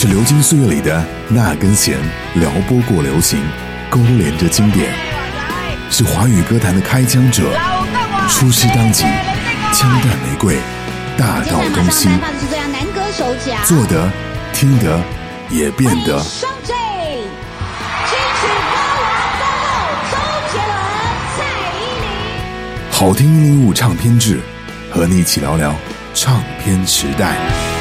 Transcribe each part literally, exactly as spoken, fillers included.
是流金岁月里的那根弦，撩拨过流行，勾连着经典。是华语歌坛的开疆者，出师当即，枪弹玫瑰，大道东西，做得听得也变得。好听一零五唱片志，和你一起聊聊唱片时代。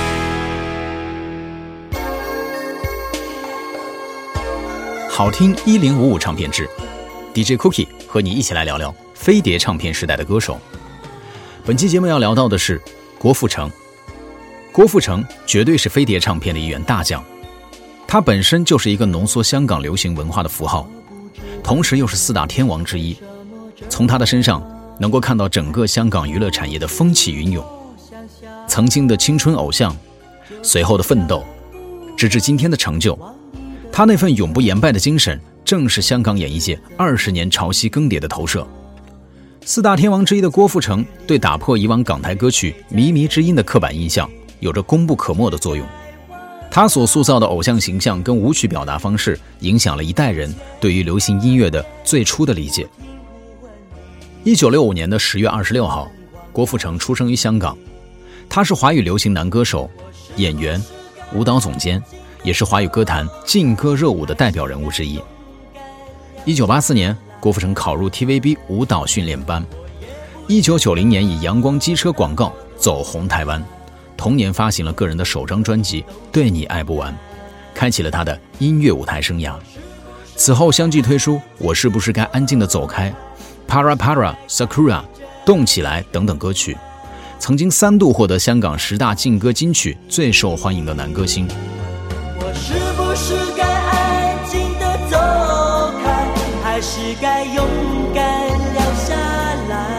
好听一零五五唱片志 ，D J Cookie 和你一起来聊聊飞碟唱片时代的歌手。本期节目要聊到的是郭富城。郭富城绝对是飞碟唱片的一员大将，他本身就是一个浓缩香港流行文化的符号，同时又是四大天王之一。从他的身上能够看到整个香港娱乐产业的风起云涌，曾经的青春偶像，随后的奋斗，直至今天的成就。他那份永不言败的精神，正是香港演艺界二十年潮汐更迭的投射。四大天王之一的郭富城，对打破以往港台歌曲靡靡之音的刻板印象，有着功不可没的作用。他所塑造的偶像形象跟舞曲表达方式，影响了一代人对于流行音乐的最初的理解。一九六五年的十月二十六号，郭富城出生于香港。他是华语流行男歌手、演员、舞蹈总监，也是华语歌坛劲歌热舞的代表人物之一。一九八四年，郭富城考入 T V B 舞蹈训练班。一九九零年以阳光机车广告走红台湾，同年发行了个人的首张专辑《对你爱不完》，开启了他的音乐舞台生涯。此后相继推出《我是不是该安静的走开》、Para Para Sakura 动起来等等歌曲，曾经三度获得香港十大劲歌金曲最受欢迎的男歌星。 我是不是该安静的走开，还是该勇敢留下来？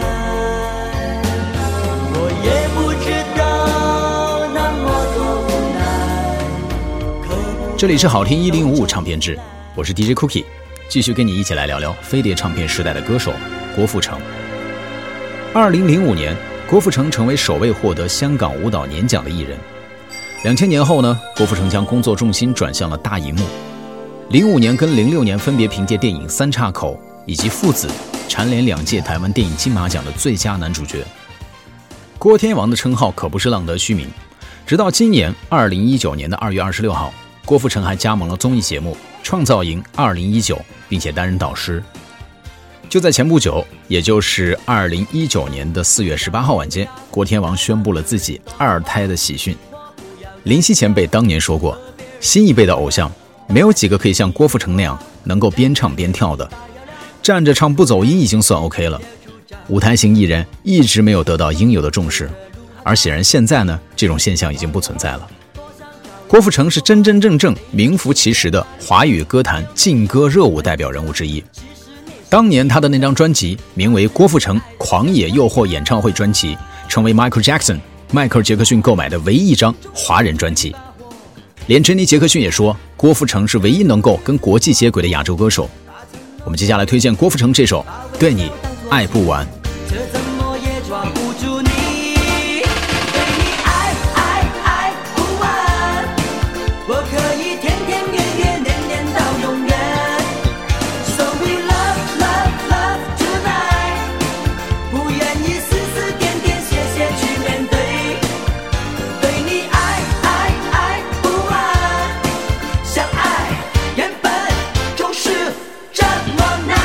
我也不知道那么多无奈。 这里是好听一零五五唱片志，我是 D J Cookie， 继续跟你一起来聊聊飞碟唱片时代的歌手郭富城。二零零五年，郭富城成为首位获得香港舞蹈年奖的艺人。两千年后呢，郭富城将工作重心转向了大荧幕。零五年跟零六年分别凭借电影《三岔口》以及《父子》蝉联两届台湾电影金马奖的最佳男主角。郭天王的称号可不是浪得虚名，直到今年二零一九年的二月二十六号，郭富城还加盟了综艺节目《创造营二零一九》，并且担任导师。就在前不久，也就是二零一九年的四月十八号晚间，郭天王宣布了自己二胎的喜讯。林夕前辈当年说过，新一辈的偶像没有几个可以像郭富城那样能够边唱边跳的，站着唱不走音已经算 OK 了。舞台型艺人一直没有得到应有的重视，而显然现在呢，这种现象已经不存在了。郭富城是真真正正名副其实的华语歌坛劲歌热舞代表人物之一。当年他的那张专辑名为《郭富城狂野诱惑演唱会专辑》，成为 Michael Jackson迈克尔·杰克逊购买的唯一一张华人专辑。连珍妮·杰克逊也说，郭富城是唯一能够跟国际接轨的亚洲歌手。我们接下来推荐郭富城这首《对你爱不完》。 这怎么也抓不住你，对你爱爱爱不完，我可以天天月月年年到永远。So we love love love tonight， 不愿意丝丝点点谢谢去面对。对你爱爱爱不完，相爱原本就是这么难。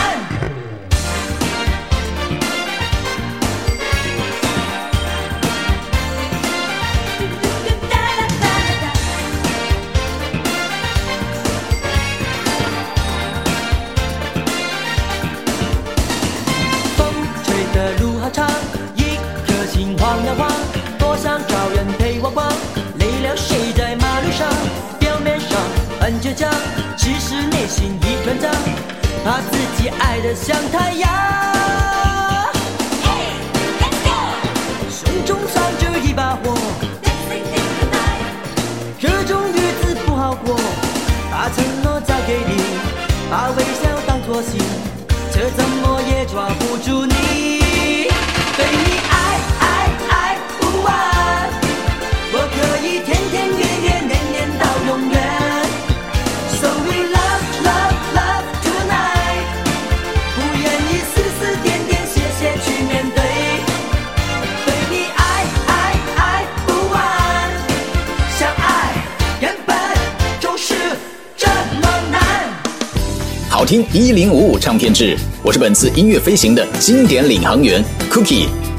风吹的路好长，一颗心晃呀晃，多想找人陪我逛，累了睡在马路上，表面上很倔强，其实内心一团糟，怕自己爱得像太阳。胸中藏着一把火，这种日子不好过，把承诺交给你，把微笑当作信，这怎么也抓不住你。对你爱爱爱不完，我可以天天月月年年到永远。 好听一零五五唱片志，我是本次音乐飞行的经典领航员 Cookie。